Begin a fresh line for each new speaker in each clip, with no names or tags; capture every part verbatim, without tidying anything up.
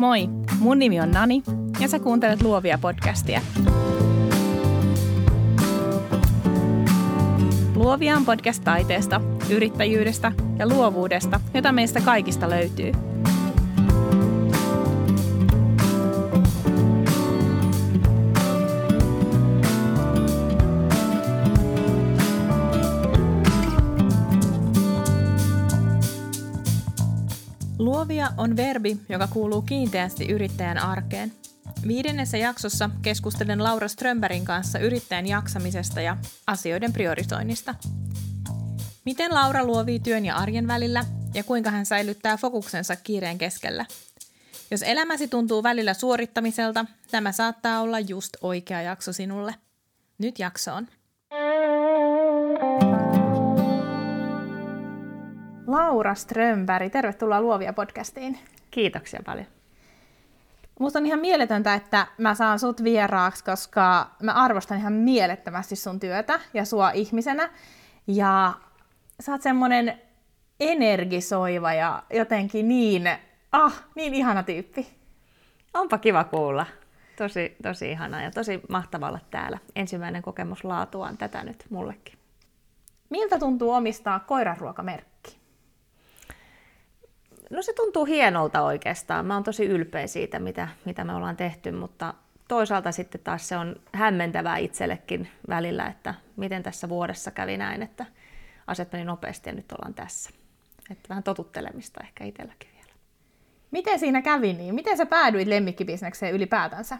Moi, mun nimi on Nani ja sä kuuntelet Luovia podcastia. Luovia on podcast taiteesta, yrittäjyydestä ja luovuudesta, jota meistä kaikista löytyy. Luovia on verbi, joka kuuluu kiinteästi yrittäjän arkeen. Viidennessä jaksossa keskustelen Laura Strömbergin kanssa yrittäjän jaksamisesta ja asioiden priorisoinnista. Miten Laura luovii työn ja arjen välillä ja kuinka hän säilyttää fokuksensa kiireen keskellä. Jos elämäsi tuntuu välillä suorittamiselta, tämä saattaa olla just oikea jakso sinulle. Nyt jaksoon. Laura Strömberg, tervetuloa Luovia podcastiin.
Kiitoksia paljon.
Musta on ihan mieletöntä, että mä saan sut vieraaksi, koska mä arvostan ihan mielettömästi sun työtä ja sua ihmisenä. Ja sä oot semmonen energisoiva ja jotenkin niin, ah, niin ihana tyyppi.
Onpa kiva kuulla. Tosi, tosi ihana ja tosi mahtavaa olla täällä. Ensimmäinen kokemus laatuaan tätä nyt mullekin.
Miltä tuntuu omistaa koiranruokamerkki?
No se tuntuu hienolta oikeastaan. Mä oon tosi ylpeä siitä, mitä, mitä me ollaan tehty, mutta toisaalta sitten taas se on hämmentävää itsellekin välillä, että miten tässä vuodessa kävi näin, että asiat meni nopeasti ja nyt ollaan tässä. Että vähän totuttelemista ehkä itselläkin vielä.
Miten siinä kävi niin? Miten sä päädyit lemmikkibisnekseen ylipäätänsä?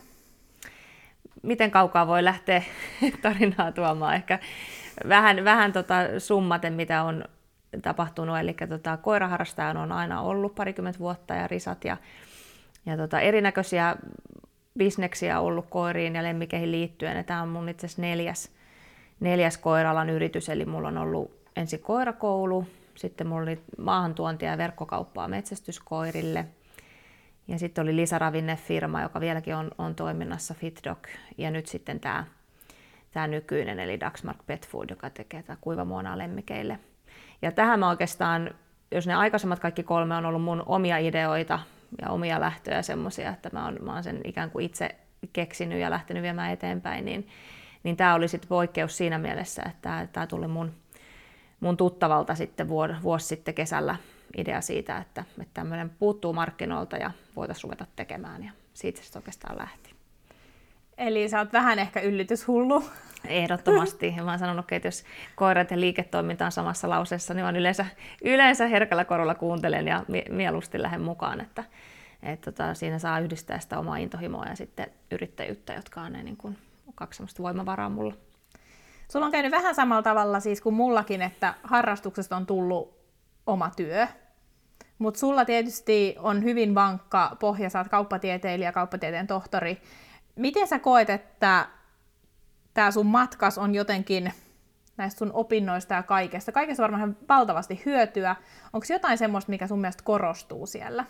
Miten kaukaa voi lähteä tarinaa tuomaan? Ehkä vähän, vähän tota summaten, mitä on tapahtunut. Eli tota, koiraharrastaja on aina ollut parikymmentä vuotta ja risat ja, ja tota, erinäköisiä bisneksiä ollut koiriin ja lemmikeihin liittyen. Ja tämä on mun itse asiassa neljäs, neljäs koira-alan yritys, eli mulla on ollut ensin koirakoulu, sitten mulla oli maahantuontia ja verkkokauppaa metsästyskoirille. Ja sitten oli lisäravinnefirma, joka vieläkin on, on toiminnassa, FitDog, ja nyt sitten tämä, tämä nykyinen, eli Daxmark Pet Food, joka tekee tätä kuivamuonaa lemmikeille. Ja tähän mä oikeastaan, jos ne aikaisemmat kaikki kolme on ollut mun omia ideoita ja omia lähtöjä semmoisia, että mä oon, mä oon sen ikään kuin itse keksinyt ja lähtenyt viemään eteenpäin, niin, niin tämä oli sitten poikkeus siinä mielessä, että tämä tuli mun, mun tuttavalta sitten vuosi, vuosi sitten kesällä idea siitä, että, että tämmöinen puuttuu markkinoilta ja voitaisiin ruveta tekemään, ja siitä se oikeastaan lähti.
Eli sä oot vähän ehkä yllytyshullu.
Ehdottomasti. Mä oon sanonut, että jos koirat ja liiketoiminta on samassa lauseessa, niin mä yleensä, yleensä herkällä korolla kuuntelen ja mieluusti lähden mukaan, että, että tota, siinä saa yhdistää sitä omaa intohimoa ja sitten yrittäjyyttä, jotka on ne niin kuin kaksi semmoista voimavaraa mulla.
Sulla on käynyt vähän samalla tavalla siis kuin mullakin, että harrastuksesta on tullut oma työ. Mutta sulla tietysti on hyvin vankka pohja, sä oot kauppatieteilijä, kauppatieteen tohtori. Miten sä koet, että tämä sun matkas on jotenkin näistä sun opinnoista ja kaikesta? Kaikesta varmaan valtavasti hyötyä. Onko jotain semmoista, mikä sun mielestä korostuu siellä?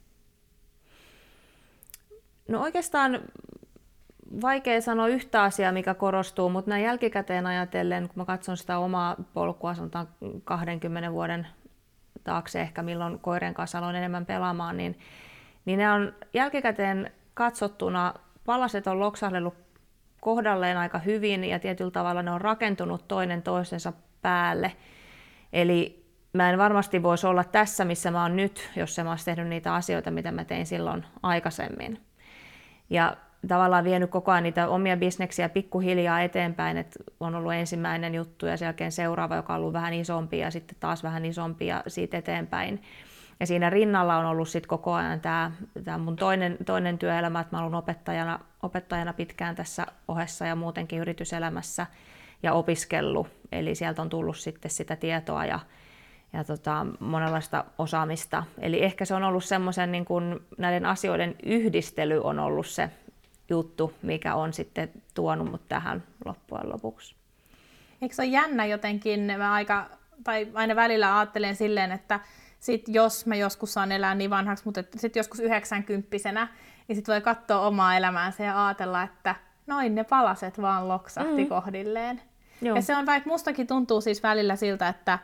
No oikeastaan vaikea sanoa yhtä asiaa, mikä korostuu, mutta näin jälkikäteen ajatellen, kun mä katson sitä omaa polkua, sanotaan kahdenkymmenen vuoden taakse ehkä, milloin koirien kanssa aloin enemmän pelaamaan, niin, niin ne on jälkikäteen katsottuna, palaset on loksahdellut kohdalleen aika hyvin ja tietyllä tavalla ne on rakentunut toinen toisensa päälle. Eli mä en varmasti voisi olla tässä, missä mä oon nyt, jos mä olisin tehnyt niitä asioita, mitä mä tein silloin aikaisemmin. Ja tavallaan vienyt koko ajan niitä omia bisneksiä pikkuhiljaa eteenpäin, että on ollut ensimmäinen juttu ja sen jälkeen seuraava, joka on ollut vähän isompi ja sitten taas vähän isompi ja siitä eteenpäin. Ja siinä rinnalla on ollut sit koko ajan tämä, tämä mun toinen, toinen työelämä, että mä olen opettajana, opettajana pitkään tässä ohessa ja muutenkin yrityselämässä ja opiskellut. Eli sieltä on tullut sitten sitä tietoa ja, ja tota, monenlaista osaamista. Eli ehkä se on ollut semmoisen, niin kuin näiden asioiden yhdistely on ollut se juttu, mikä on sitten tuonut mut tähän loppujen lopuksi.
Eikö se ole jännä jotenkin, mä aika, tai aina välillä ajattelen silleen, että sit jos mä joskus saan elää niin vanhaksi, mutta sitten joskus yhdeksänkymppisenä, niin sitten voi katsoa omaa elämäänsä ja ajatella, että noin ne palaset vaan loksahti mm. kohdilleen. Joo. Ja se on, vaikka mustakin tuntuu siis välillä siltä, että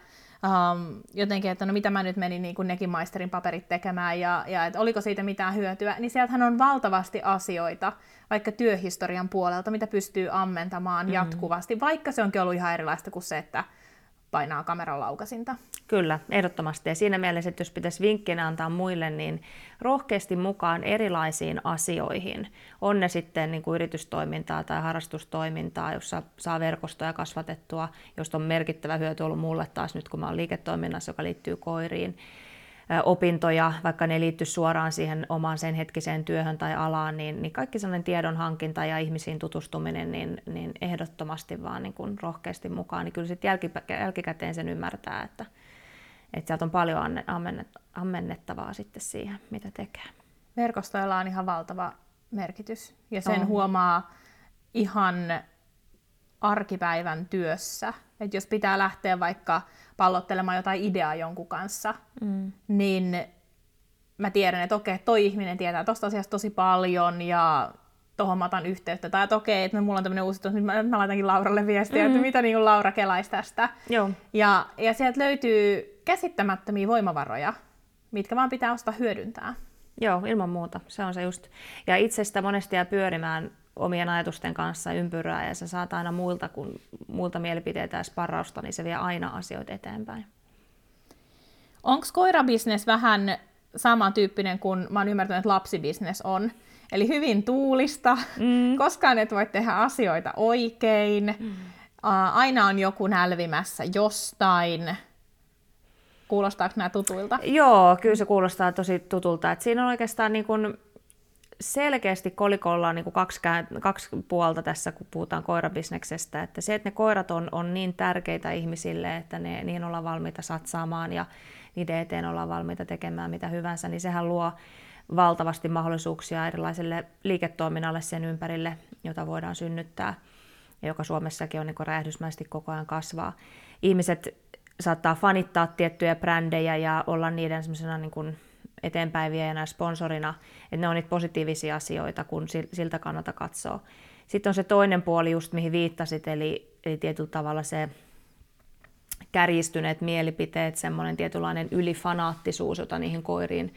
um, jotenkin, että no mitä mä nyt menin niin kuin nekin maisterin paperit tekemään ja, ja että oliko siitä mitään hyötyä, niin sieltähän on valtavasti asioita, vaikka työhistorian puolelta, mitä pystyy ammentamaan mm. jatkuvasti, vaikka se onkin ollut ihan erilaista kuin se, että painaa kameran laukasinta.
Kyllä, ehdottomasti. Ja siinä mielessä, että jos pitäisi vinkkinä antaa muille, niin rohkeasti mukaan erilaisiin asioihin. On ne sitten niin kuin yritystoimintaa tai harrastustoimintaa, jossa saa verkostoja kasvatettua, josta on merkittävä hyöty ollut mulle taas nyt, kun mä olen liiketoiminnassa, joka liittyy koiriin. Opintoja, vaikka ne liittyy suoraan siihen omaan sen hetkiseen työhön tai alaan, niin, niin kaikki sellainen tiedon hankinta ja ihmisiin tutustuminen, niin, niin ehdottomasti vaan niin kuin rohkeasti mukaan, niin kyllä sitten jälkikäteen sen ymmärtää, että, että sieltä on paljon ammennettavaa sitten siihen, mitä tekee.
Verkostoilla on ihan valtava merkitys ja sen on. Huomaa ihan arkipäivän työssä, että jos pitää lähteä vaikka pallottelemaan jotain ideaa jonkun kanssa, mm. niin mä tiedän, että okei, toi ihminen tietää tosta asiasta tosi paljon ja tohon mä otan yhteyttä. Tai että okei, että mulla on tämmöinen uusi, nyt mä, mä laitankin Lauralle viestiä, mm. että mitä niin kuin Laura kelaisi tästä.
Joo.
Ja, ja sieltä löytyy käsittämättömiä voimavaroja, mitkä vaan pitää osata hyödyntää.
Joo, ilman muuta. Se on se just. Ja itse sitä monesti jää pyörimään omien ajatusten kanssa ympyrää ja sä saat aina muilta, kun, muilta mielipiteitä ja sparrausta, niin se vie aina asioita eteenpäin.
Onko koirabisnes vähän samantyyppinen kuin mä oon ymmärtänyt, että lapsibisnes on? Eli hyvin tuulista, mm. koskaan et voi tehdä asioita oikein, mm. aina on joku nälvimässä jostain. Kuulostaako nämä tutuilta?
Joo, kyllä se kuulostaa tosi tutulta. Et siinä on oikeastaan niin kun selkeästi kolikolla on niin kuin kaksi, kaksi puolta tässä, kun puhutaan koirabisneksestä. Että se, että ne koirat on, on niin tärkeitä ihmisille, että ne, niihin ollaan valmiita satsaamaan ja niiden eteen ollaan valmiita tekemään mitä hyvänsä, niin sehän luo valtavasti mahdollisuuksia erilaiselle liiketoiminnalle sen ympärille, jota voidaan synnyttää ja joka Suomessakin on niin kuin räjähdysmäisesti koko ajan kasvaa. Ihmiset saattaa fanittaa tiettyjä brändejä ja olla niiden semmoisena niin kuin eteenpäin viejänä sponsorina, että ne on niitä positiivisia asioita, kun siltä kannalta katsoo. Sitten on se toinen puoli, just mihin viittasit, eli, eli tietyllä tavalla se kärjistyneet mielipiteet, semmoinen tietynlainen ylifanaattisuus, jota niihin koiriin,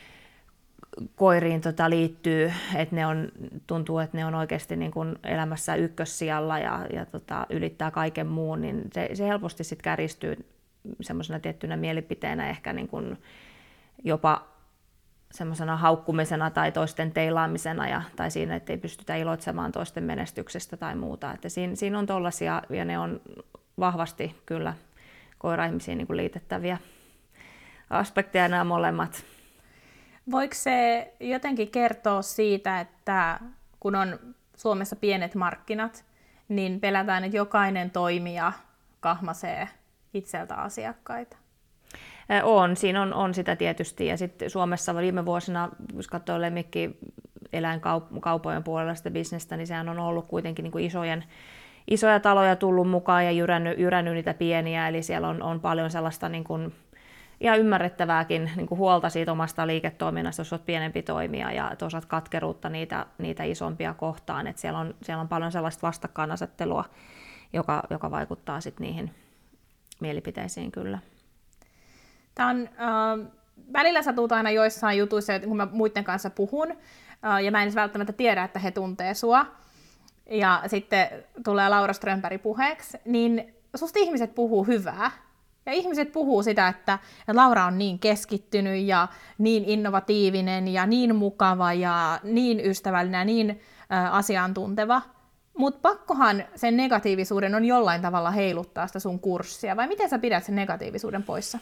koiriin tota liittyy, että ne on, tuntuu, että ne on oikeasti niin kuin elämässä ykkössijalla ja, ja tota, ylittää kaiken muun, niin se, se helposti sitten kärjistyy semmoisena tiettynä mielipiteenä ehkä niin kuin jopa semmoisena haukkumisena tai toisten teilaamisena ja, tai siinä, että ei pystytä iloitsemaan toisten menestyksestä tai muuta. Että siinä, siinä on tollaisia ja ne on vahvasti kyllä koira-ihmisiin niin kuin liitettäviä aspekteja nämä molemmat.
Voiko se jotenkin kertoa siitä, että kun on Suomessa pienet markkinat, niin pelätään, että jokainen toimija kahmasee itseltä asiakkaita?
On, siinä on, on sitä tietysti. Ja sitten Suomessa viime vuosina, jos katsoo lemmikki eläinkaupojen puolella sitä bisnestä, niin sehän on ollut kuitenkin niin kuin isojen, isoja taloja tullut mukaan ja jyrännyt, jyrännyt niitä pieniä. Eli siellä on, on paljon sellaista niin kuin ihan ymmärrettävääkin niin kuin huolta siitä omasta liiketoiminnasta, jos olet pienempi toimija ja toisaalta katkeruutta niitä, niitä isompia kohtaan. Et siellä, on, siellä on paljon sellaista vastakkainasettelua, joka, joka vaikuttaa sit niihin mielipiteisiin kyllä.
Tämä on, äh, välillä satut aina joissain jutuissa, kun mä muiden kanssa puhun, äh, ja mä en edes välttämättä tiedä, että he tuntee sua, ja sitten tulee Laura Strömberg puheeksi, niin susta ihmiset puhuu hyvää. Ja ihmiset puhuu sitä, että, että Laura on niin keskittynyt ja niin innovatiivinen ja niin mukava ja niin ystävällinen ja niin äh, asiantunteva. Mutta pakkohan sen negatiivisuuden on jollain tavalla heiluttaa sitä sun kurssia, vai miten sä pidät sen negatiivisuuden poissa?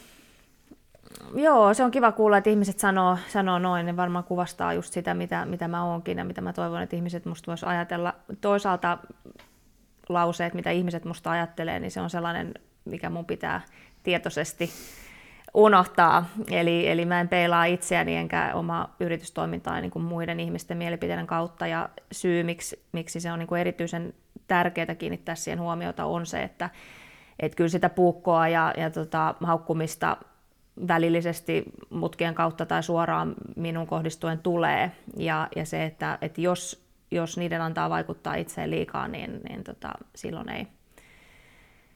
Joo, se on kiva kuulla, että ihmiset sanoo, sanoo noin, ne varmaan kuvastaa just sitä, mitä, mitä mä oonkin ja mitä mä toivon, että ihmiset musta vois ajatella. Toisaalta lauseet, mitä ihmiset musta ajattelee, niin se on sellainen, mikä mun pitää tietoisesti unohtaa. Eli, eli mä en peilaa itseäni enkä omaa yritystoimintaa niin kuin muiden ihmisten mielipiteiden kautta. Ja syy, miksi, miksi se on niin kuin erityisen tärkeää kiinnittää siihen huomiota, on se, että et kyllä sitä puukkoa ja, ja tota, haukkumista välillisesti mutkien kautta tai suoraan minun kohdistuen tulee. Ja, ja se, että, että jos, jos niiden antaa vaikuttaa itseen liikaa, niin, niin tota, silloin ei,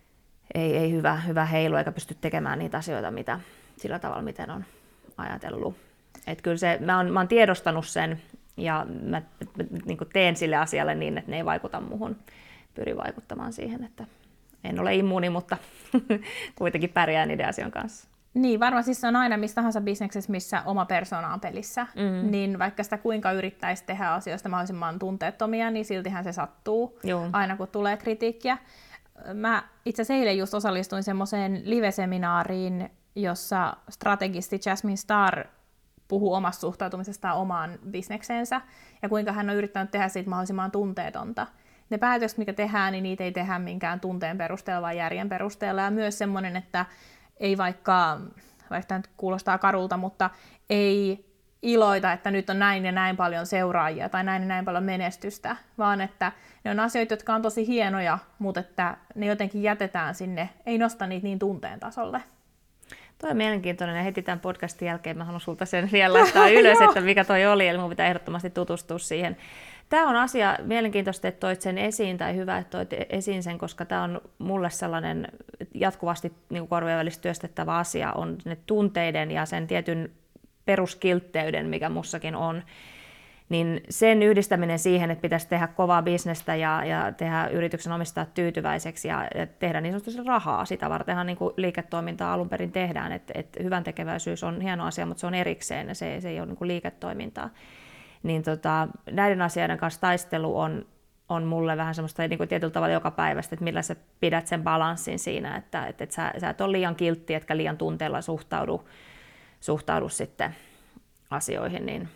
ei, ei hyvä, hyvä heilu eikä pysty tekemään niitä asioita, mitä, sillä tavalla, miten on ajatellut. Et kyllä se, mä, oon, mä oon tiedostanut sen ja mä, mä niin kuin teen sille asialle niin, että ne ei vaikuta muuhun. Pyrin vaikuttamaan siihen, että en ole immuuni, mutta kuitenkin pärjää niiden asioiden kanssa.
Niin, varmasti se on aina missä tahansa bisneksessä, missä oma persona on pelissä. Mm. Niin vaikka sitä kuinka yrittäisi tehdä asioista mahdollisimman tunteettomia, niin siltihän se sattuu, Joo. aina kun tulee kritiikkiä. Mä itse asiassa eilen just osallistuin semmoiseen live-seminaariin, jossa strategisti Jasmine Star puhuu omasta suhtautumisestaan omaan bisnekseensä ja kuinka hän on yrittänyt tehdä siitä mahdollisimman tunteetonta. Ne päätökset, mikä tehdään, niin niitä ei tehdä minkään tunteen perusteella, vaan järjen perusteella. Ja myös semmoinen, että ei vaikka, vaikka tämä nyt kuulostaa karulta, mutta ei iloita, että nyt on näin ja näin paljon seuraajia tai näin ja näin paljon menestystä, vaan että ne on asioita, jotka on tosi hienoja, mutta että ne jotenkin jätetään sinne, ei nosta niitä niin tunteen tasolle.
Toi on mielenkiintoinen ja heti tämän podcastin jälkeen mä haluan sulta sen vielä laittaa ylös, että mikä toi oli, eli mun pitää ehdottomasti tutustua siihen. Tämä on asia, mielenkiintoista, että toit sen esiin, tai hyvä, että toit esiin sen, koska tämä on mulle sellainen jatkuvasti niin korvien välissä työstettävä asia, on ne tunteiden ja sen tietyn peruskiltteyden, mikä mussakin on, niin sen yhdistäminen siihen, että pitäisi tehdä kovaa bisnestä ja, ja tehdä yrityksen omistajat tyytyväiseksi ja, ja tehdä niin sanotusti rahaa, sitä vartenhan niin kuin liiketoimintaa alun perin tehdään, että, että hyvän tekeväisyys on hieno asia, mutta se on erikseen ja se, se ei ole niin kuin liiketoimintaa. Niin tota, näiden asioiden kanssa taistelu on, on mulle vähän semmoista niin kuin tietyllä tavalla joka päivästä, että millä sä pidät sen balanssin siinä, että, että, että sä, sä et ole liian kiltti, etkä liian tunteella suhtaudu, suhtaudu sitten asioihin, niin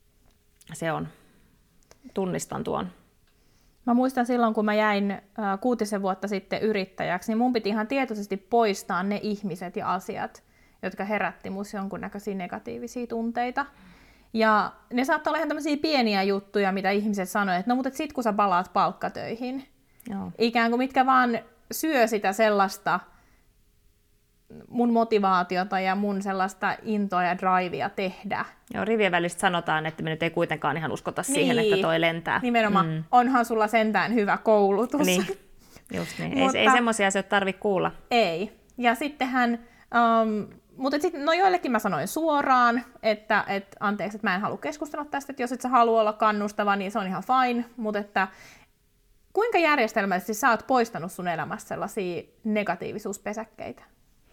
se on, tunnistan tuon.
Mä muistan silloin, kun mä jäin äh, kuutisen vuotta sitten yrittäjäksi, niin mun piti ihan tietoisesti poistaa ne ihmiset ja asiat, jotka herätti musta jonkunnäköisiä negatiivisia tunteita. Ja ne saattaa olla ihan tämmöisiä pieniä juttuja, mitä ihmiset sanoo, että no mutta sit kun sä palaat palkkatöihin, Joo. ikään kuin mitkä vaan syö sitä sellaista mun motivaatiota ja mun sellaista intoa ja drivea tehdä.
Joo, rivien välistä sanotaan, että me nyt ei kuitenkaan ihan uskota niin, siihen, että toi lentää.
Nimenomaan, mm. onhan sulla sentään hyvä koulutus.
Niin, just niin. Mutta, ei, ei semmoisia asioita tarvitse kuulla.
Ei. Ja sittenhän, um, mutta sitten, no joillekin mä sanoin suoraan, että et, anteeksi, että mä en halua keskustella tästä, että jos et sä halua olla kannustava, niin se on ihan fine, mutta että kuinka järjestelmällisesti sä oot poistanut sun elämässä sellaisia negatiivisuuspesäkkeitä?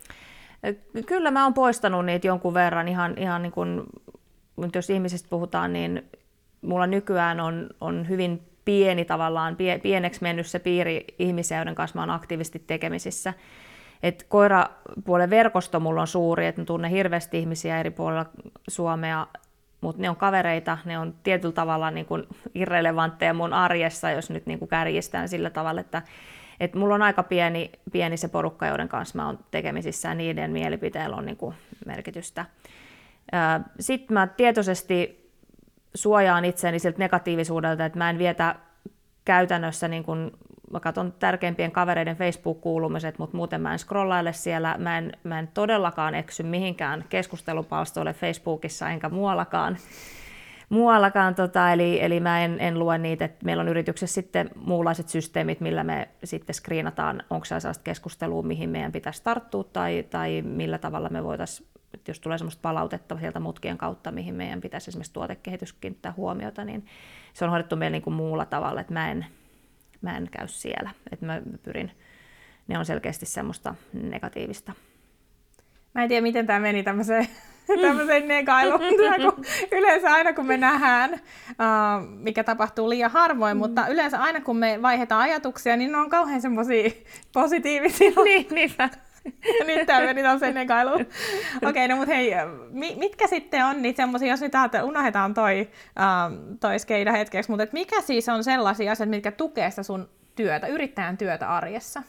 Kyllä mä oon poistanut niitä jonkun verran, ihan, ihan niin kuin, jos ihmisistä puhutaan, niin mulla nykyään on, on hyvin pieni tavallaan, pie, pieneksi mennyt se piiri ihmisiä, joiden kanssa mä oon aktiivisesti tekemisissä. Et koirapuolen verkosto mulla on suuri, että mä tunnen hirveästi ihmisiä eri puolilla Suomea, mutta ne on kavereita, ne on tietyllä tavalla niin kuin irrelevantteja mun arjessa, jos nyt niin kuin kärjistään sillä tavalla, että Et mulla on aika pieni, pieni se porukka, joiden kanssa mä oon tekemisissä ja niiden mielipiteillä on niin kuin merkitystä. Sitten mä tietoisesti suojaan itseäni siltä negatiivisuudelta, että mä en vietä käytännössä, niin kuin, mä katson tärkeimpien kavereiden Facebook-kuulumiset, mutta muuten mä en scrollaile siellä, mä en, mä en todellakaan eksy mihinkään keskustelupalstoille Facebookissa enkä muuallakaan. Muuallakaan, tota, eli, eli mä en, en lue niitä, että meillä on yrityksessä sitten muunlaiset systeemit, millä me sitten screenataan, onko se sellaista keskustelua, mihin meidän pitäisi tarttua, tai, tai millä tavalla me voitaisiin, jos tulee sellaista palautetta sieltä mutkien kautta, mihin meidän pitäisi esimerkiksi tuotekehitys kiinnittää huomiota, niin se on hoidettu meillä niin kuin muulla tavalla, että mä en, mä en käy siellä, että mä pyrin, ne on selkeästi semmoista negatiivista.
Mä en tiedä, miten tämä meni tämmöiseen tämmöiseen negailuun, kun yleensä aina kun me nähdään, uh, mikä tapahtuu liian harvoin, mm. mutta yleensä aina kun me vaihdetaan ajatuksia, niin ne on kauhean semmoisia positiivisia.
Niin, niinpä.
Nyt tämä meni tämmöiseen negailuun. Okei, okay, no mutta hei, mitkä sitten on niitä semmoisia, jos nyt unohdetaan toi, uh, toi skeida hetkeksi, mutta et mikä siis on sellaisia asioita, mitkä tukee sitä sun työtä, yrittäjän työtä arjessa?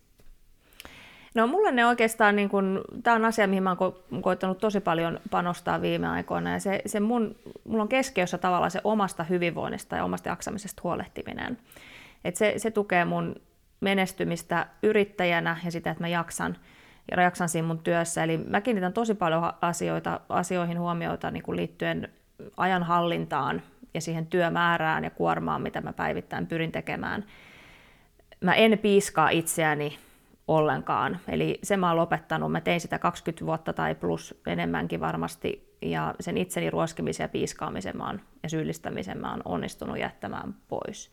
No mulle ne oikeastaan, niin kun, tämä on asia, mihin mä oon ko- koittanut tosi paljon panostaa viime aikoina, ja se, se mun, mulla on keskiössä tavallaan se omasta hyvinvoinnista ja omasta jaksamisesta huolehtiminen. Et se, se tukee mun menestymistä yrittäjänä ja sitä, että mä jaksan, ja jaksan siinä mun työssä. Eli mä kiinnitän tosi paljon asioita, asioihin huomiota niin kun liittyen ajanhallintaan ja siihen työmäärään ja kuormaan, mitä mä päivittäin pyrin tekemään. Mä en piiskaa itseäni ollenkaan. Eli se mä oon lopettanut. Mä tein sitä kaksikymmentä vuotta tai plus enemmänkin varmasti, ja sen itseni ruoskimisen ja piiskaamisen mä oon, ja syyllistämisen mä oon onnistunut jättämään pois.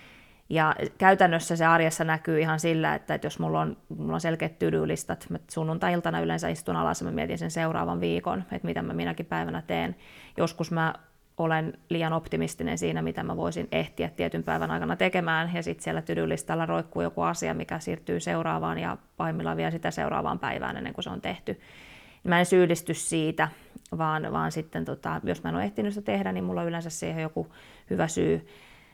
Ja käytännössä se arjessa näkyy ihan sillä, että, että jos mulla on, mulla on selkeät to-do-listat, mä sunnuntai-iltana yleensä istun alas ja mä mietin sen seuraavan viikon, että mitä mä minäkin päivänä teen. Joskus mä olen liian optimistinen siinä, mitä mä voisin ehtiä tietyn päivän aikana tekemään, ja sitten siellä to-do-listalla roikkuu joku asia, mikä siirtyy seuraavaan ja pahimmillaan vielä sitä seuraavaan päivään ennen kuin se on tehty. Mä en syyllisty siitä, vaan, vaan sitten tota, jos mä en ole ehtinyt sitä tehdä, niin mulla on yleensä siihen joku hyvä syy.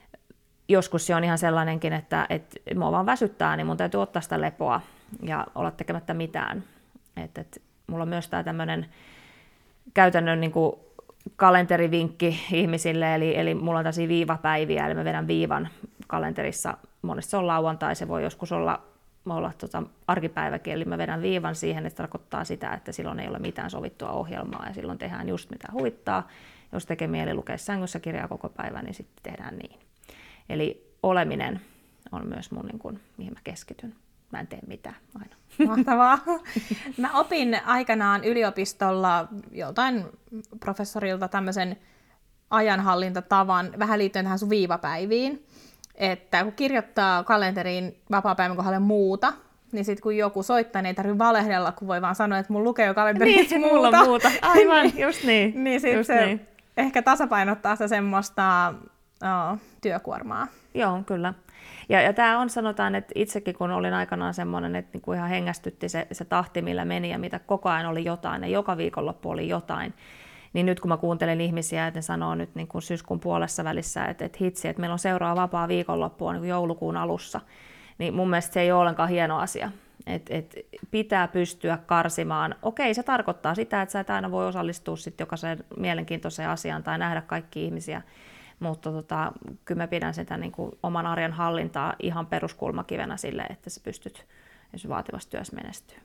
Joskus se on ihan sellainenkin, että, että mua vaan väsyttää, niin mun täytyy ottaa sitä lepoa ja olla tekemättä mitään. Et, et, mulla on myös tää tämmönen käytännön niin kuin kalenterivinkki ihmisille, eli, eli mulla on tällaisia viivapäiviä, eli mä vedän viivan kalenterissa. Monesti se on lauantai, se voi joskus olla, olla tota arkipäiväkin, eli mä vedän viivan siihen, että tarkoittaa sitä, että silloin ei ole mitään sovittua ohjelmaa ja silloin tehdään just mitä huvittaa. Jos tekee mieli lukea sängyssä kirjaa koko päivän, niin sitten tehdään niin. Eli oleminen on myös mun, niin kuin, mihin mä keskityn. Mä en tee mitään aina.
Mahtavaa. Mä opin aikanaan yliopistolla joltain professorilta tämmöisen ajanhallintatavan, vähän liittyen tähän sun viivapäiviin, että kun kirjoittaa kalenteriin vapaapäivän kohdalle muuta, niin sitten kun joku soittaa, niin ei tarvitse valehdella, kun voi vaan sanoa, että mun lukee jo kalenteriin
niin,
muuta.
Mulla on muuta. Aivan, just niin.
Niin sitten se
niin.
ehkä tasapainottaa sitä semmoista oh, työkuormaa.
Joo, kyllä. Ja, ja tämä on, sanotaan, että itsekin kun olin aikanaan semmoinen, että niinku ihan hengästytti se, se tahti, millä meni ja mitä koko ajan oli jotain ja joka viikonloppu oli jotain, niin nyt kun mä kuuntelen ihmisiä, että ne sanoo nyt niin kuin syyskuun puolessa välissä, että, että hitsi, että meillä on seuraava vapaa viikonloppu niin kuin joulukuun alussa, niin mun mielestä se ei ole ollenkaan hieno asia. Et, et pitää pystyä karsimaan. Okei, se tarkoittaa sitä, että sä et aina voi osallistua sit jokaiseen mielenkiintoiseen asiaan tai nähdä kaikki ihmisiä, mutta tota, kyllä mä pidän sitä niin kuin oman arjen hallintaa ihan peruskulmakivenä sille, että sä pystyt vaativassa työssä menestyä.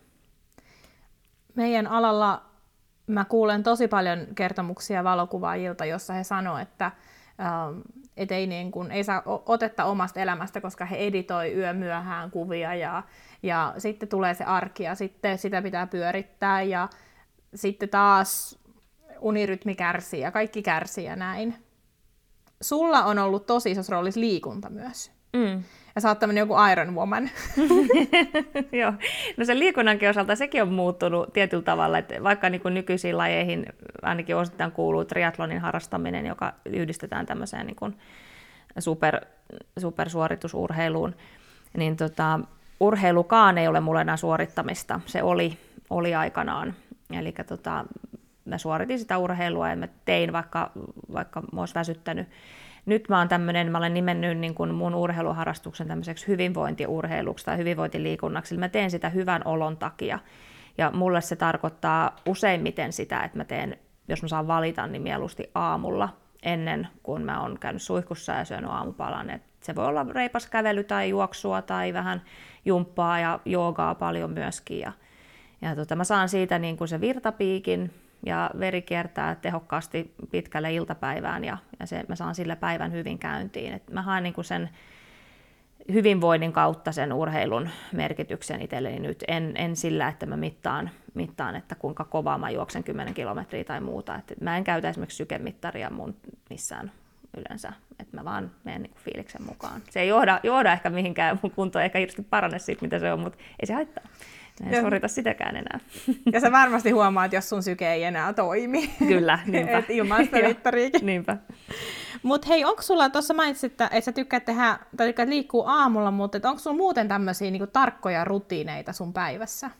Meidän alalla mä kuulen tosi paljon kertomuksia valokuvaajilta, jossa he sanoo, että ähm, et ei, niin kun, ei saa otetta omasta elämästä, koska he editoi yömyöhään kuvia ja, ja sitten tulee se arki ja sitten sitä pitää pyörittää ja sitten taas unirytmi kärsii ja kaikki kärsii ja näin. Sulla on ollut tosi isossa roolissa liikunta myös. Mm. Ja sä oot tämmönen joku Iron Woman.
Joo. No sen liikunnankin osalta sekin on muuttunut tietyllä tavalla, että vaikka niin kuin nykyisiin lajeihin ainakin osittain kuuluu triathlonin harrastaminen, joka yhdistetään tämmöiseen niin kuin super, supersuoritusurheiluun, niin tota, urheilukaan ei ole mulle enää suorittamista. Se oli, oli aikanaan. Eli tota, mä suoritin sitä urheilua ja mä tein, vaikka, vaikka mä olisi väsyttänyt. Nyt mä, oon tämmönen, mä olen nimennyt niin kuin mun urheiluharrastuksen tämmöiseksi hyvinvointiurheiluksi tai hyvinvointiliikunnaksi. Eli mä teen sitä hyvän olon takia. Ja mulle se tarkoittaa useimmiten sitä, että mä teen, jos mä saan valita, niin mieluusti aamulla ennen kuin mä oon käynyt suihkussa ja syönyt aamupalan. Et se voi olla reipas kävely tai juoksua tai vähän jumppaa ja joogaa paljon myöskin. Ja, ja tota, mä saan siitä niin kuin se virtapiikin. Ja veri kiertää tehokkaasti pitkälle iltapäivään ja, ja se, mä saan sillä päivän hyvin käyntiin. Et mä haen niinku sen hyvinvoinnin kautta sen urheilun merkityksen itselleni nyt. En, en sillä, että mä mittaan, mittaan, että kuinka kovaa mä juoksen kymmenen kilometriä tai muuta. Et mä en käytä esimerkiksi sykemittaria mun missään yleensä. Et mä vaan menen niinku fiiliksen mukaan. Se ei johda, johda ehkä mihinkään, mun kunto ei ehkä hirveästi parane siitä, mitä se on, mutta ei se haittaa. En ja, suorita sitäkään enää.
Ja sä varmasti huomaat, jos sun syke ei enää toimi.
Kyllä, niinpä.
Et ilman sitä mittariikin.
Niinpä.
Mut hei, onko sulla, tuossa mainitsit, että, että sä tykkäät tehdä, tai tykkäät liikkua aamulla, mutta onko sulla muuten tämmöisiä niin kuin tarkkoja rutiineita sun päivässä?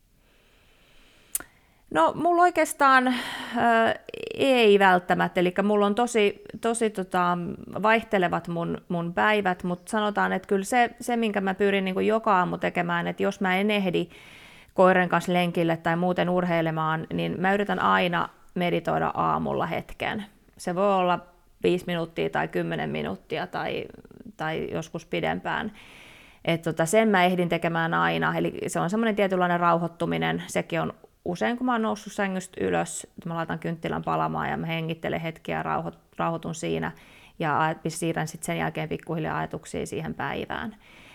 No, mulla oikeastaan äh, ei välttämättä, eli mulla on tosi, tosi tota, vaihtelevat mun, mun päivät, mutta sanotaan, että kyllä se, se minkä mä pyrin niin kuin joka aamu tekemään, että jos mä en ehdi koiran kanssa lenkille tai muuten urheilemaan, niin mä yritän aina meditoida aamulla hetken. Se voi olla viisi minuuttia tai kymmenen minuuttia tai, tai joskus pidempään. Et tota, sen mä ehdin tekemään aina, eli se on semmoinen tietynlainen rauhoittuminen, sekin on usein kun mä oon noussut sängystä ylös, mä laitan kynttilän palamaan ja mä hengittelen hetkiä ja rauhoitun siinä ja siirrän sitten sen jälkeen pikkuhiljaa ajatuksia siihen päivään.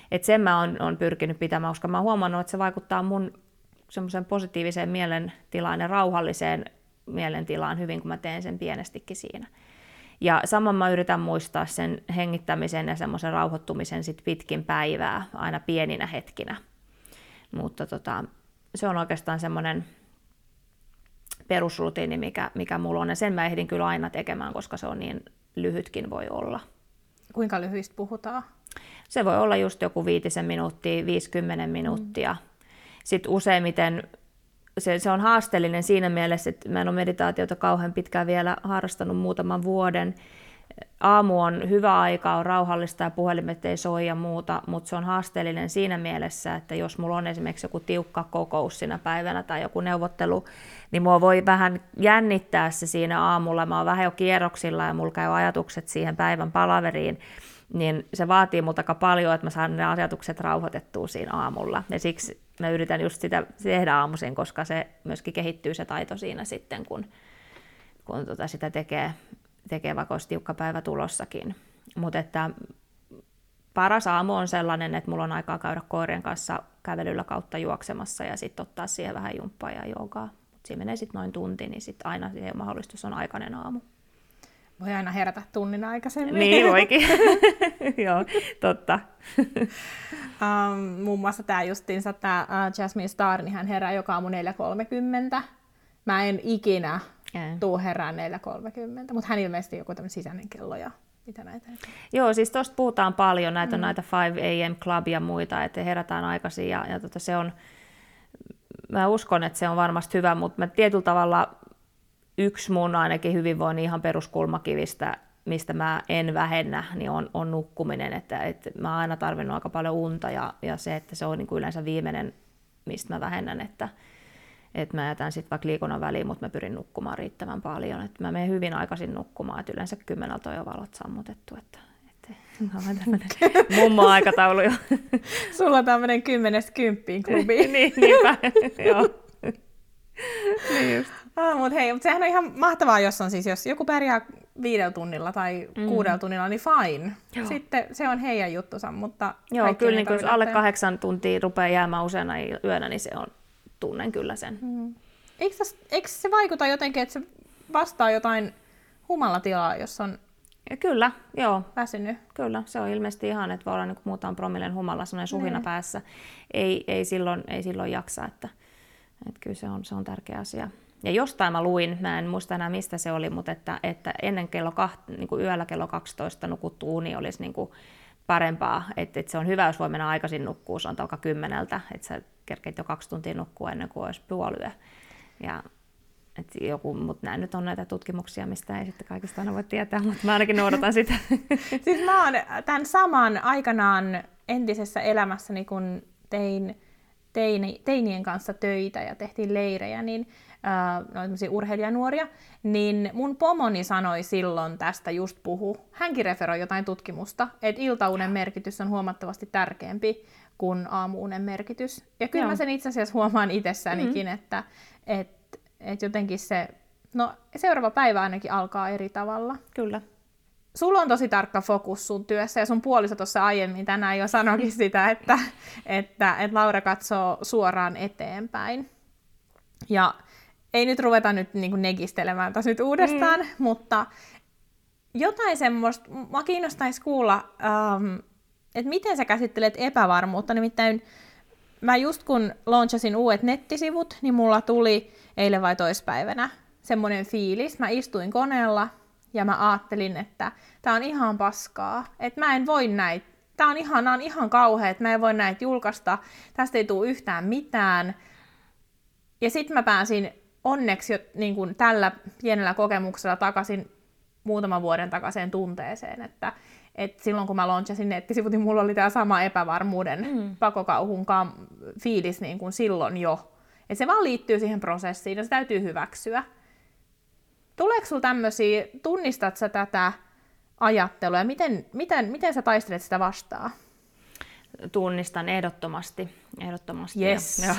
Et sen mä oon, oon pyrkinyt pitämään, koska mä oon huomannut, että se vaikuttaa mun semmoiseen positiiviseen mielentilaan ja rauhalliseen mielentilaan hyvin, kun mä teen sen pienestikin siinä. Ja saman mä yritän muistaa sen hengittämisen ja semmoisen rauhoittumisen sit pitkin päivää, aina pieninä hetkinä. Mutta tota, se on oikeastaan semmoinen perusrutiini, mikä, mikä mulla on, ja sen mä ehdin kyllä aina tekemään, koska se on niin lyhytkin voi olla.
Kuinka lyhyistä puhutaan?
Se voi olla just joku viitisen minuuttia, viisikymmentä minuuttia. Mm. Sitten useimmiten se, se on haasteellinen siinä mielessä, että mä en ole meditaatiota kauhean pitkään vielä harrastanut muutaman vuoden. Aamu on hyvä aika, on rauhallista ja puhelimet ei soi ja muuta, mutta se on haasteellinen siinä mielessä, että jos mulla on esimerkiksi joku tiukka kokous siinä päivänä tai joku neuvottelu, niin mua voi vähän jännittää se siinä aamulla. Mä oon vähän jo kierroksilla ja mulla käy ajatukset siihen päivän palaveriin, niin se vaatii multa aika paljon, että mä saan ne ajatukset rauhoitettua siinä aamulla. Ja siksi mä yritän just sitä tehdä aamuisin, koska se myöskin kehittyy se taito siinä sitten, kun, kun tota sitä tekee. tekee vaikka olisi tiukka päivä tulossakin. Mutta että paras aamu on sellainen, että mulla on aikaa käydä koirien kanssa kävelyllä kautta juoksemassa ja sitten ottaa siihen vähän jumppaa ja joogaa. Mutta siinä menee sitten noin tunti, niin sitten aina siihen mahdollistus on aikainen aamu.
Voi aina herätä tunnin aikaisemmin.
Niin voikin. Joo, totta.
um, muun muassa tämä justiinsa, tämä uh, Jasmine Star, niin hän herää joka aamu neljä kolmekymmentä. Mä en ikinä Yeah. tuu herään neljä kolmekymmentä, mutta hän ilmeisesti joku tämmöinen sisäinen kello ja mitä näitä.
Joo, siis tuosta puhutaan paljon, näitä mm. on näitä five a m Club ja muita, että herätään aikaisin ja, ja tota, se on, mä uskon, että se on varmasti hyvä, mutta mä tietyllä tavalla yksi mun ainakin hyvinvoinnin ihan peruskulmakivistä, mistä mä en vähennä, niin on, on nukkuminen, että, että mä oon aina tarvinnut aika paljon unta ja, ja se, että se on niin kuin yleensä viimeinen, mistä mä vähennän, että että mä jätän sitten vaikka liikunnan väliin, mutta mä pyrin nukkumaan riittävän paljon. Et mä menen hyvin aikaisin nukkumaan, että yleensä kymmeneltä on jo valot sammutettu. Että, että on tämmöinen mummo-aikataulu jo.
Sulla on tämmöinen kymmenestä kymppiin klubi.
niin, niinpä, joo.
niin just. Ah, mutta hei, mutta sehän on ihan mahtavaa, jos on siis, jos joku pärjää viidellä tunnilla tai mm. kuudella tunnilla, niin fine. Joo. Sitten se on heidän juttusa, mutta
joo, kyllä niin, jos alle kahdeksan tuntia rupeaa jäämään useana yönä, niin se on tunnen kyllä sen. Mm.
Eikö, täs, eikö se vaikuta jotenkin, että se vastaa jotain humalatilaa, jos on
ja kyllä, joo.
väsynyt?
Kyllä, se on ilmeisesti ihan, että voi olla niin kuin muutaman promillen humalla, sellainen suhina ne. päässä. Ei, ei, silloin, ei silloin jaksa, että, että kyllä se on, se on tärkeä asia. Ja jostain mä luin, mä en muista enää mistä se oli, mutta että, että ennen kello kaht, niin kuin yöllä kello kaksitoista nukuttu uni olisi niin kuin parempaa. Että, että se on hyvä, jos voi mennä aikaisin nukkuu, se on alkaa kymmeneltä, että sä kerkeet jo kaksi tuntia nukkua ennen kuin olisi puoliyö. Ja, joku, mutta nämä nyt on näitä tutkimuksia, mistä ei sitten kaikista aina voi tietää, mutta mä ainakin noudatan sitä.
Siis mä oon tämän saman aikanaan entisessä elämässäni, kun tein teini, teinien kanssa töitä ja tehtiin leirejä, niin äh, urheilijanuoria, niin mun pomoni sanoi silloin tästä just puhu. Hänkin referoi jotain tutkimusta, että iltaunen merkitys on huomattavasti tärkeämpi kuin aamuunen merkitys. Ja kyllä Joo. mä sen itse asiassa huomaan itsessänikin, mm-hmm. että et, et jotenkin se, no seuraava päivä ainakin alkaa eri tavalla.
Kyllä.
Sulla on tosi tarkka fokus sun työssä ja sun puoliso tuossa aiemmin tänään jo sanoikin sitä, että, että, että Laura katsoo suoraan eteenpäin. Ja ei nyt ruveta nyt niin kuin negistelemään tässä nyt uudestaan, mm. mutta jotain semmoista, mä kiinnostaisi kuulla, ähm, että miten sä käsittelet epävarmuutta. Nimittäin mä just kun launchasin uudet nettisivut, niin mulla tuli eilen vai toispäivänä semmoinen fiilis. Mä istuin koneella ja mä ajattelin, että tää on ihan paskaa, että mä en voi näitä. Tää on ihan, on ihan kauhea, että mä en voi näitä julkaista. Tästä ei tule yhtään mitään. Ja sitten mä pääsin onneksi jo niin kuin tällä pienellä kokemuksella takaisin muutaman vuoden takaiseen tunteeseen, että, että silloin kun mä launchasin nettisivut, niin mulla oli tämä sama epävarmuuden mm. pakokauhun fiilis niin kuin silloin jo. Et se vaan liittyy siihen prosessiin ja se täytyy hyväksyä. Tuleeko sulla tämmöisiä, tunnistat sä tätä ajattelua ja miten, miten, miten sä taistelet sitä vastaan?
Tunnistan ehdottomasti. ehdottomasti
yes.
ja,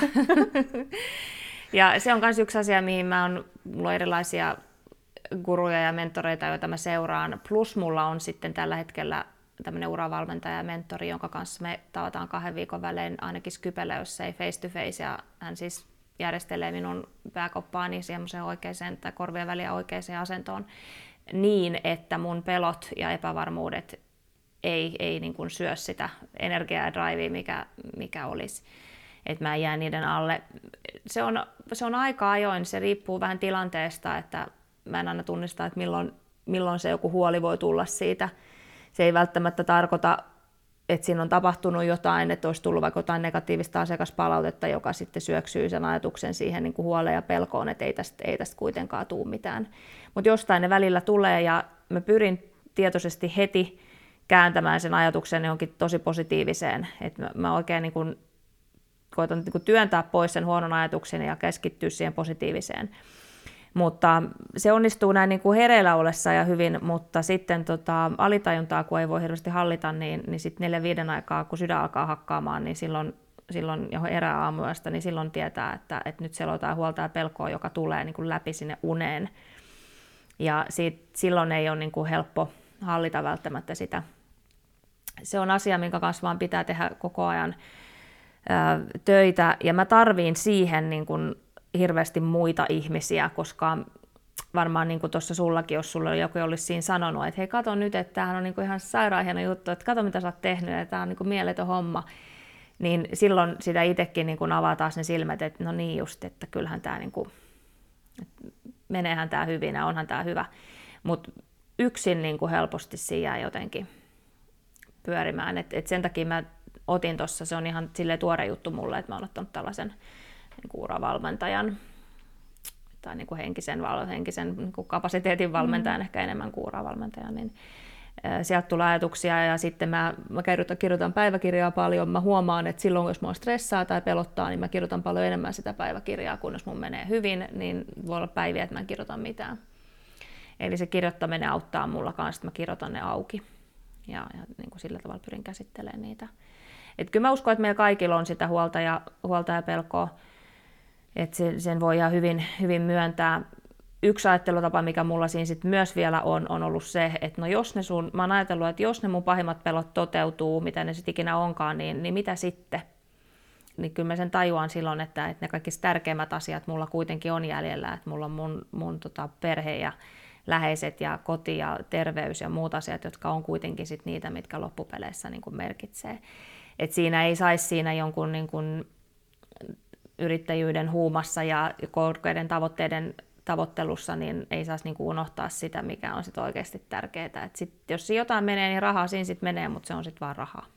ja se on myös yksi asia, mihin mä oon, mulla on erilaisia guruja ja mentoreita, joita mä seuraan. Plus mulla on sitten tällä hetkellä tämmöinen uravalmentaja ja mentori, jonka kanssa me tavataan kahden viikon välein ainakin Skypellä, jos ei face to face, ja hän siis järjestelee minun pääkoppaani semmoiseen oikeaan tai korvien väliä oikeaan asentoon niin, että mun pelot ja epävarmuudet ei, ei niin kuin syö sitä energiaa ja drivea, mikä, mikä olisi. Että mä en jää niiden alle. Se on, se on aika ajoin, se riippuu vähän tilanteesta, että mä en aina tunnista, että milloin, milloin se joku huoli voi tulla siitä. Se ei välttämättä tarkoita, että siinä on tapahtunut jotain, että olisi tullut vaikka jotain negatiivista asiakaspalautetta, joka sitten syöksyy sen ajatuksen siihen niin kuin huoleen ja pelkoon, että ei tästä, ei tästä kuitenkaan tule mitään. Mutta jostain ne välillä tulee, ja mä pyrin tietoisesti heti kääntämään sen ajatuksen johonkin tosi positiiviseen. Että mä, mä oikein niin kuin koitan niin kuin työntää pois sen huonon ajatuksen ja keskittyä siihen positiiviseen. Mutta se onnistuu näin niin kuin hereillä ollessa ja hyvin, mutta sitten tota, alitajuntaa, kun ei voi hirveästi hallita, niin, niin sitten neljän viiden aikaa, kun sydän alkaa hakkaamaan, niin silloin, silloin johon erää aamuyöstä, niin silloin tietää, että, että nyt siellä on jotain huolta ja pelkoa, joka tulee niin kuin läpi sinne uneen. Ja siitä, silloin ei ole niin kuin helppo hallita välttämättä sitä. Se on asia, minkä kanssa vaan pitää tehdä koko ajan ää, töitä, ja mä tarviin siihen niin kuin hirveästi muita ihmisiä, koska varmaan niin kuin tuossa sullakin, jos sulla joku olisi siinä sanonut, että hei, kato nyt, että tämähän on niin kuin ihan sairaan hieno juttu, että kato mitä sä oot tehnyt, ja tämä on niin kuin mieletön homma, niin silloin sitä itsekin niin kuin avaa taas ne silmät, että no niin just, että kyllähän tämä niin kuin, meneehän tämä hyvin ja onhan tämä hyvä, mutta yksin niin kuin helposti siinä jää jotenkin pyörimään, että et sen takia mä otin tuossa, se on ihan silleen tuore juttu mulle, että mä oon ottanut tällaisen niin kuin uravalmentajan tai niin kuin henkisen, henkisen niin kuin kapasiteetin valmentajan, mm. ehkä enemmän kuin uravalmentajan, niin sieltä tulee ajatuksia, ja sitten mä, mä kirjoitan, kirjoitan päiväkirjaa paljon. Mä huomaan, että silloin jos mua stressaa tai pelottaa, niin mä kirjoitan paljon enemmän sitä päiväkirjaa, kun jos mun menee hyvin, niin voi olla päiviä, että mä en kirjoita mitään. Eli se kirjoittaminen auttaa mulla kanssa, että mä kirjoitan ne auki, ja, ja niin kuin sillä tavalla pyrin käsittelemään niitä. Et kyllä mä uskon, että meillä kaikilla on sitä huolta ja, huolta ja pelkoa, että sen, sen voi ihan hyvin, hyvin myöntää. Yksi ajattelutapa, mikä mulla siinä sit myös vielä on, on ollut se, että no jos ne sun, mä oon ajatellut, että jos ne mun pahimmat pelot toteutuu, mitä ne sitten ikinä onkaan, niin, niin mitä sitten? Niin kyllä mä sen tajuan silloin, että, että ne kaikki tärkeimmät asiat mulla kuitenkin on jäljellä, että mulla on mun, mun tota perhe ja läheiset ja koti ja terveys ja muut asiat, jotka on kuitenkin sit niitä, mitkä loppupeleissä niin kuin merkitsee. Et siinä ei saisi siinä jonkun niin kuin yrittäjyyden huumassa ja korkeiden tavoitteiden tavoittelussa, niin ei saisi niin kuin unohtaa sitä, mikä on sit oikeasti tärkeää. Et sit, jos jotain menee, niin rahaa siinä sit menee, mutta se on sitten vaan rahaa.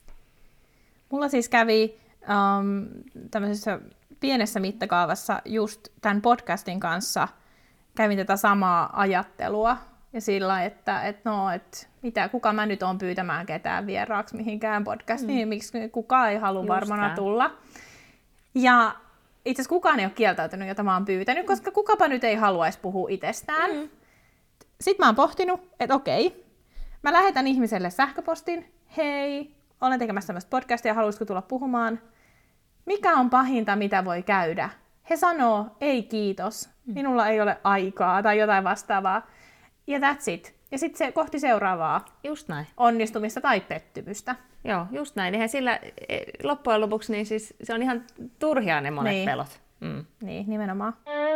Mulla siis kävi um, tämmöisessä pienessä mittakaavassa just tämän podcastin kanssa kävin tätä samaa ajattelua. Ja sillä, että, että no, että mitä, kuka mä nyt oon pyytämään ketään vieraaksi mihinkään podcastiin, mm. miksi kukaan ei halua varmana tää. tulla. Ja itse asiassa kukaan ei ole kieltäytynyt, jota mä oon pyytänyt, koska kukapa nyt ei haluaisi puhua itsestään. Mm. Sitten mä oon pohtinut, että okei, mä lähetän ihmiselle sähköpostin, hei, olen tekemässä tämmöistä podcastia, haluaisitko tulla puhumaan? Mikä on pahinta, mitä voi käydä? He sanoo, ei kiitos, minulla ei ole aikaa tai jotain vastaavaa. Ja that's it. Ja sitten se kohti seuraavaa
just näin.
Onnistumista tai pettymystä.
Joo, just näin. Eihän sillä loppujen lopuksi niin siis se on ihan turhia ne monet
niin.
pelot. Mm.
Niin, nimenomaan.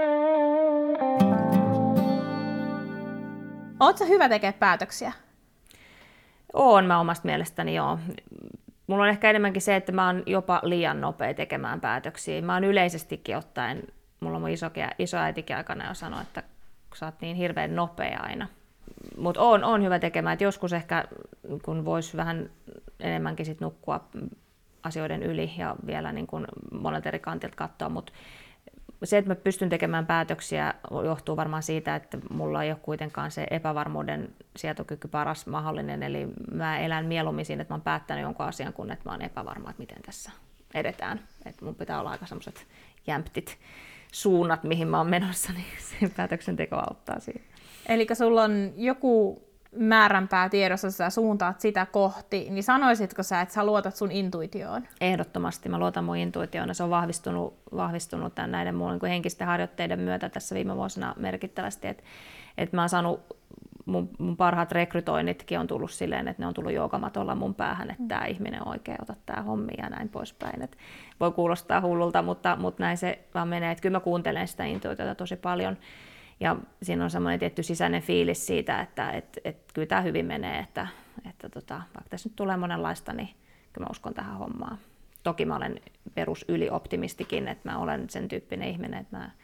Ootko hyvä tekemään päätöksiä?
Oon mä omasta mielestäni, joo. Mulla on ehkä enemmänkin se, että mä oon jopa liian nopea tekemään päätöksiä. Mä oon yleisestikin ottaen, mulla on mun iso, isoäitikin aikana jo sanoi, että sä oot niin hirveän nopea aina. Mutta on, on hyvä tekemään, että joskus ehkä kun voisi vähän enemmänkin sit nukkua asioiden yli ja vielä niin kun monelta eri kantilta katsoa, mutta se, että mä pystyn tekemään päätöksiä, johtuu varmaan siitä, että mulla ei ole kuitenkaan se epävarmuuden sietokyky paras mahdollinen, eli mä elän mieluummin siinä, että mä oon päättänyt jonkun asian, kun että mä oon epävarma, että miten tässä edetään. Että mun pitää olla aika semmoiset jämptit suunnat, mihin mä oon menossa, niin se päätöksenteko auttaa siinä.
Eli sulla on joku määränpää tiedossa, sä suuntaat sitä kohti, niin sanoisitko sä, että sä luotat sun intuitioon?
Ehdottomasti mä luotan mun intuitioon, se on vahvistunut, vahvistunut tämän näiden mun niin henkisten harjoitteiden myötä tässä viime vuosina merkittävästi, että et mä oon saanut mun, mun parhaat rekrytoinnitkin on tullut silleen, että ne on tullut joogamatolla mun päähän, että tämä ihminen on oikein, ota tämä hommi ja näin poispäin. Et voi kuulostaa hullulta, mutta, mutta näin se vaan menee. Et kyllä mä kuuntelen sitä intuitiota tosi paljon. Ja siinä on semmoinen tietty sisäinen fiilis siitä, että et, et kyllä tämä hyvin menee, että, että tota, vaikka tässä nyt tulee monenlaista, niin kyllä mä uskon tähän hommaan. Toki mä olen perus ylioptimistikin, että mä olen sen tyyppinen ihminen, että mä,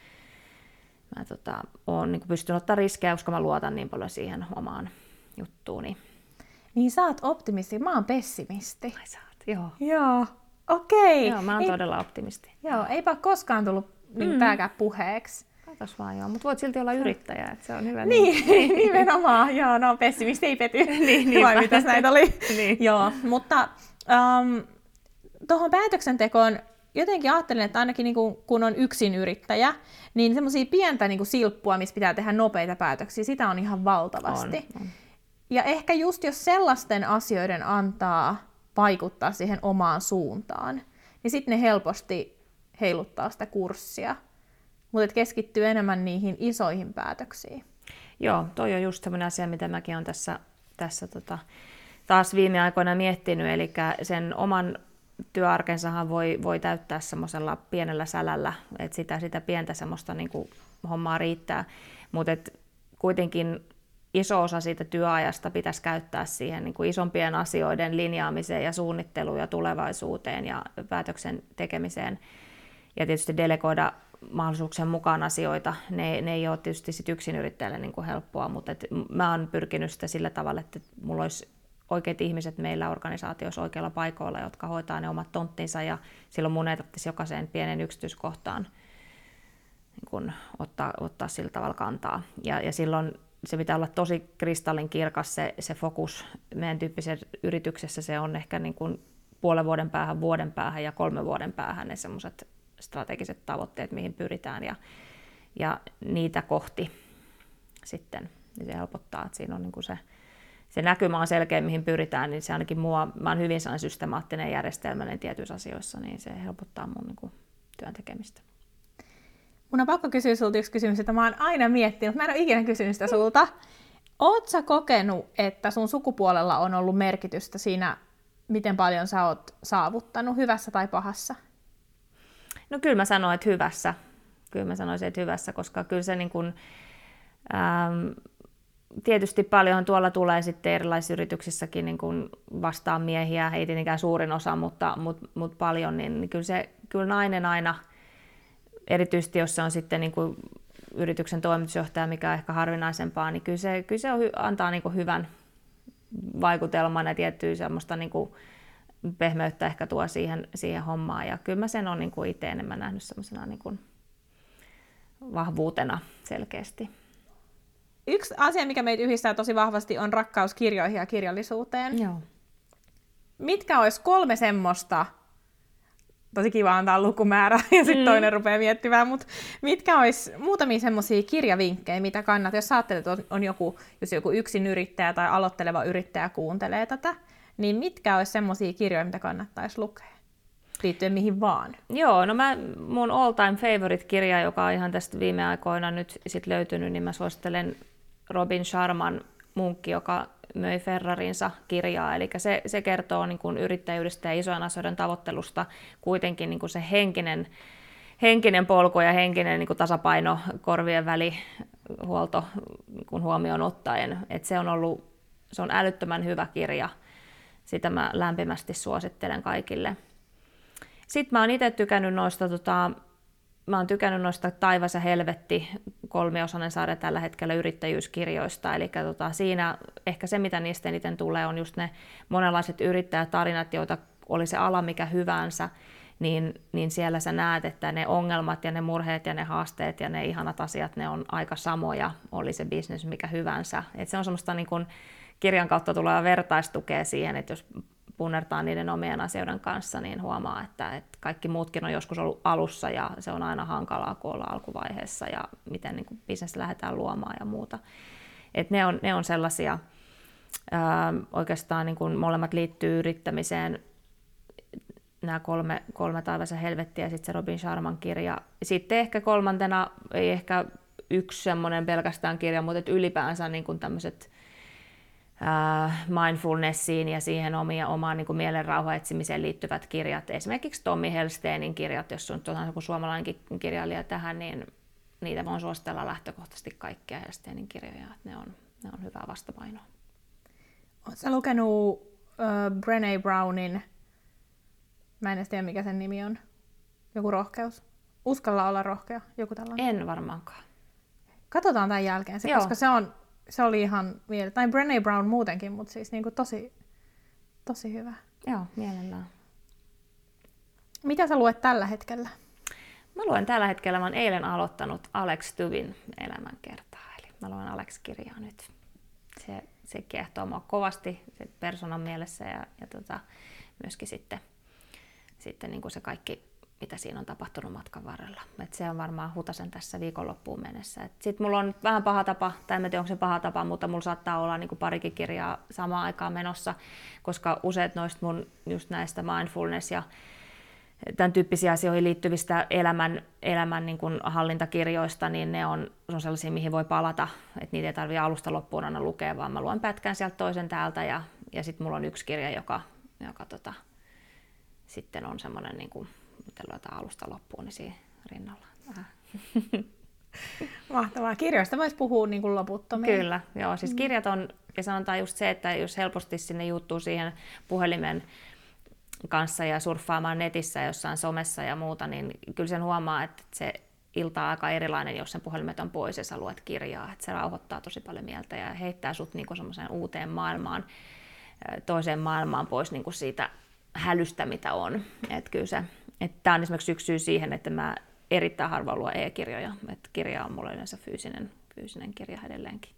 mä tota, olen niin pystynyt ottaa riskejä, koska mä luotan niin paljon siihen omaan juttuuni.
Niin sä oot optimisti, mä oon pessimisti.
Ai sä oot, joo.
Joo, okei.
Joo, mä oon
Ei,
todella optimisti.
Joo, eipä koskaan tullut niin
Mm.
tääkään puheeksi.
Katos vaan joo, mutta voit silti olla yrittäjä, että se on hyvä.
Niin, nimenomaan. Joo, no pessimisti ei pety.
Niin,
Vai mitäs näitä oli?
Niin.
Joo, mutta um, tuohon päätöksentekoon jotenkin ajattelin, että ainakin niin kuin, kun on yksin yrittäjä, niin semmoisia pientä niin kuin silppua, missä pitää tehdä nopeita päätöksiä, sitä on ihan valtavasti.
On, on.
Ja ehkä just jos sellaisten asioiden antaa vaikuttaa siihen omaan suuntaan, niin sitten ne helposti heiluttaa sitä kurssia. Mutta keskittyy enemmän niihin isoihin päätöksiin.
Joo, toi on just semmoinen asia, mitä mäkin olen tässä, tässä tota, taas viime aikoina miettinyt, eli sen oman työarkensahan voi, voi täyttää semmoisella pienellä sälällä, että sitä, sitä pientä semmoista niin kuin hommaa riittää, mutta kuitenkin iso osa siitä työajasta pitäisi käyttää siihen niin kuin isompien asioiden linjaamiseen ja suunnitteluun ja tulevaisuuteen ja päätöksen tekemiseen ja tietysti delegoida mahdollisuuksien mukaan asioita. Ne, ne ei ole tietysti sit yksinyrittäjälle niin kuin helppoa, mutta et mä oon pyrkinyt sitä sillä tavalla, että mulla olisi oikeat ihmiset meillä organisaatiossa oikeilla paikoilla, jotka hoitaa ne omat tonttinsa ja silloin mun ei tarvitsisi jokaiseen pienen yksityiskohtaan niin kun ottaa, ottaa sillä tavalla kantaa. Ja, ja silloin se pitää olla tosi kristallin kirkas se, se fokus. Meidän tyyppisessä yrityksessä se on ehkä niin kuin puolen vuoden päähän, vuoden päähän ja kolmen vuoden päähän ne semmoiset strategiset tavoitteet, mihin pyritään ja, ja niitä kohti sitten niin se helpottaa, että siinä on niin kuin se, se näkymä on selkeä, mihin pyritään, niin se ainakin mua, mä oon hyvin sellainen systemaattinen ja järjestelmällinen tietyissä asioissa, niin se helpottaa mun niin kuin työn tekemistä.
Mun on pakko kysyä sulta yksi kysymys, jota mä oon aina miettinyt, mutta mä en ole ikinä kysynyt sitä sulta. Oot sä kokenut, että sun sukupuolella on ollut merkitystä siinä, miten paljon sä oot saavuttanut, hyvässä tai pahassa?
No kyllä mä sanoin, että hyvässä. Kyllä mä sanoisin, että hyvässä, koska kyllä se niin kuin, ähm, tietysti paljonhan tuolla tulee sitten erilaisissa yrityksissäkin niin kuin vastaan miehiä, ei tietenkään suurin osa, mutta, mutta, mutta paljon, niin kyllä, se, kyllä nainen aina, erityisesti jos se on sitten niin kuin yrityksen toimitusjohtaja, mikä on ehkä harvinaisempaa, niin kyllä se, kyllä se on, antaa niin kuin hyvän vaikutelman ja tiettyä semmoista niin kuin pehmeyttä ehkä tuo siihen, siihen hommaan. Ja kyllä mä sen olen niin kuin itse enemmän nähnyt semmoisena niin kuin vahvuutena selkeästi.
Yksi asia, mikä meitä yhdistää tosi vahvasti, on rakkaus kirjoihin ja kirjallisuuteen.
Joo.
Mitkä olisi kolme semmoista, tosi kiva antaa lukumäärä ja sitten mm. toinen rupeaa miettimään, mutta mitkä olisi muutamia semmoisia kirjavinkkejä, mitä kannattaa, jos ajattelet, että on joku, jos joku yksin yrittäjä tai aloitteleva yrittäjä kuuntelee tätä, niin mitkä olisi semmoisia kirjoja, mitä kannattaisi lukea? Liittyen mihin vaan.
Joo, no mä, mun all time favorite kirja, joka on ihan tästä viime aikoina nyt sit löytynyt, niin mä suosittelen Robin Sharman Munkki, joka möi Ferrarinsa kirjaa. Eli se, se kertoo niin kuin yrittäjyydestä ja isojen asioiden tavoittelusta kuitenkin niin kuin se henkinen, henkinen polku ja henkinen niin kuin tasapaino, korvien välihuolto niin kuin huomioon ottaen. Et se on ollut, se on älyttömän hyvä kirja. Sitä mä lämpimästi suosittelen kaikille. Sitten mä oon itse tykännyt noista, tota, mä oon tykännyt noista Taivas ja helvetti, kolmiosainen sarja tällä hetkellä yrittäjyyskirjoista. Eli tota, siinä ehkä se, mitä niistä eniten tulee, on just ne monenlaiset yrittäjätarinat, joita oli se ala mikä hyvänsä, niin, niin siellä sä näet, että ne ongelmat ja ne murheet ja ne haasteet ja ne ihanat asiat, ne on aika samoja, oli se business mikä hyvänsä. Et se on semmoista niin kun kirjan kautta tuleva vertaistukea siihen, että jos punnertaa niiden omien asioiden kanssa, niin huomaa, että, että kaikki muutkin on joskus ollut alussa ja se on aina hankalaa, kun ollaan alkuvaiheessa ja miten niin kuin bisnestä lähdetään luomaan ja muuta. Et ne, on, ne on sellaisia, ää, oikeastaan niin kuin molemmat liittyy yrittämiseen, nämä kolme, kolme taivas ja helvettiä ja sitten se Robin Sharman kirja. Sitten ehkä kolmantena, ei ehkä yksi semmoinen pelkästään kirja, mutta että ylipäänsä niin kuin tämmöiset äh, mindfulnessiin ja siihen omia, omaan niin kuin mielenrauhan etsimiseen liittyvät kirjat. Esimerkiksi Tommy Helsteinin kirjat, jos on joku suomalainenkin kirjailija tähän, niin niitä voin suositella lähtökohtaisesti kaikkia Helsteinin kirjoja. Ne on, ne on hyvää vastapainoa.
Oletko lukenut uh, Brené Brownin, mä en edes tiedä mikä sen nimi on, joku rohkeus? Uskalla olla rohkea, joku tällainen.
En varmaankaan.
Katsotaan tämän jälkeen se,
Joo.
koska se, on, se oli ihan miele... Tai Brené Brown muutenkin, mutta siis niin kuin tosi, tosi hyvä.
Joo, mielellään.
Mitä sä luet tällä hetkellä?
Mä luen tällä hetkellä, mä oon eilen aloittanut Alex Tubin elämänkertaa. Eli mä luen Alex-kirjaa nyt. Se, se kiehtoo mua kovasti se persoonan mielessä ja, ja tota, myöskin sitten, sitten niin kuin se kaikki, mitä siinä on tapahtunut matkan varrella. Et se on varmaan hutasen tässä viikonloppuun mennessä. Sitten mulla on vähän paha tapa, tai en tiedä onko se paha tapa, mutta mulla saattaa olla niin kuin parikin kirjaa samaan aikaan menossa, koska useat noista mun just näistä mindfulness ja tämän tyyppisiä asioihin liittyvistä elämän, elämän niin kuin hallintakirjoista, niin ne on, on sellaisia, mihin voi palata, että niitä ei tarvitse alusta loppuun aina lukea, vaan mä luen pätkän sieltä toisen täältä, ja, ja sitten mulla on yksi kirja, joka, joka tota, sitten on semmoinen, niin kuin, mitä luetaan alusta loppuun, niin siinä rinnalla. Vähän.
Mahtavaa. Kirjoista voisi puhua niin kuin loputtomiin.
Kyllä, joo. Siis kirjat on, ja sanotaan just se, että jos helposti sinne juuttuu siihen puhelimen kanssa ja surffaamaan netissä jossain somessa ja muuta, niin kyllä sen huomaa, että se ilta on aika erilainen, jos sen puhelimet on pois ja sä luet kirjaa. Että se rauhoittaa tosi paljon mieltä ja heittää sut niinku semmoiseen uuteen maailmaan, toiseen maailmaan pois niinku siitä hälystä, mitä on. Että kyllä se, että tämä on esimerkiksi yksi syy siihen, että mä erittäin harvoin luen e-kirjoja. Että kirja on mulle yleensä fyysinen, fyysinen kirja edelleenkin.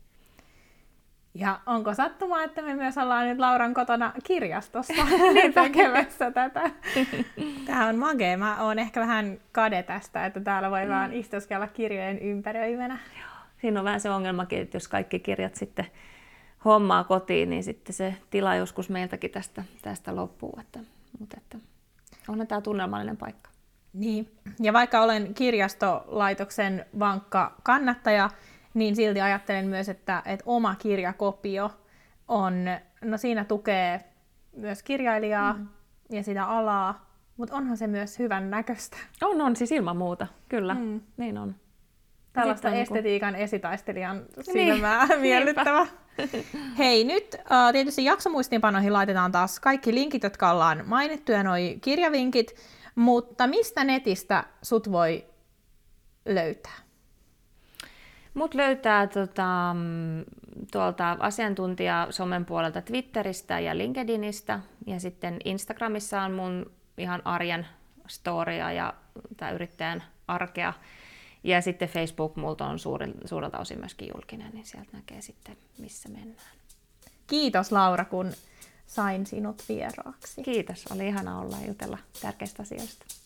Ja onko sattumaa, että me myös ollaan nyt Lauran kotona kirjastossa tekemässä tätä? Tämä on magea. Mä oon ehkä vähän kade tästä, että täällä voi vaan mm. istuskella kirjojen ympäröimänä.
Joo. Siinä on vähän se ongelmakin, että jos kaikki kirjat sitten hommaa kotiin, niin sitten se tila joskus meiltäkin tästä, tästä loppuu. Että, mutta että onhan tämä tunnelmallinen paikka.
Niin. Ja vaikka olen kirjastolaitoksen vankka kannattaja, niin silti ajattelen myös, että, että oma kirjakopio on, no siinä tukee myös kirjailijaa mm. ja sitä alaa, mutta onhan se myös hyvän näköistä.
On, on, siis ilman muuta, kyllä, mm. niin on.
Tällaista estetiikan niin esitaistelijan silmää niin. Miellyttävä. Hei, nyt uh, tietysti jaksomuistiinpanoihin laitetaan taas kaikki linkit, jotka ollaan mainittu ja noi kirjavinkit, mutta mistä netistä sut voi löytää?
Mut löytää tota, tuolta asiantuntija-somen puolelta Twitteristä ja LinkedInistä, ja sitten Instagramissa on mun ihan arjen storya ja tää yrittäjän arkea, ja sitten Facebook multa on suurelta osin myöskin julkinen, niin sieltä näkee sitten, missä mennään.
Kiitos Laura, kun sain sinut vieraaksi.
Kiitos, oli ihana olla ja jutella tärkeistä asioista.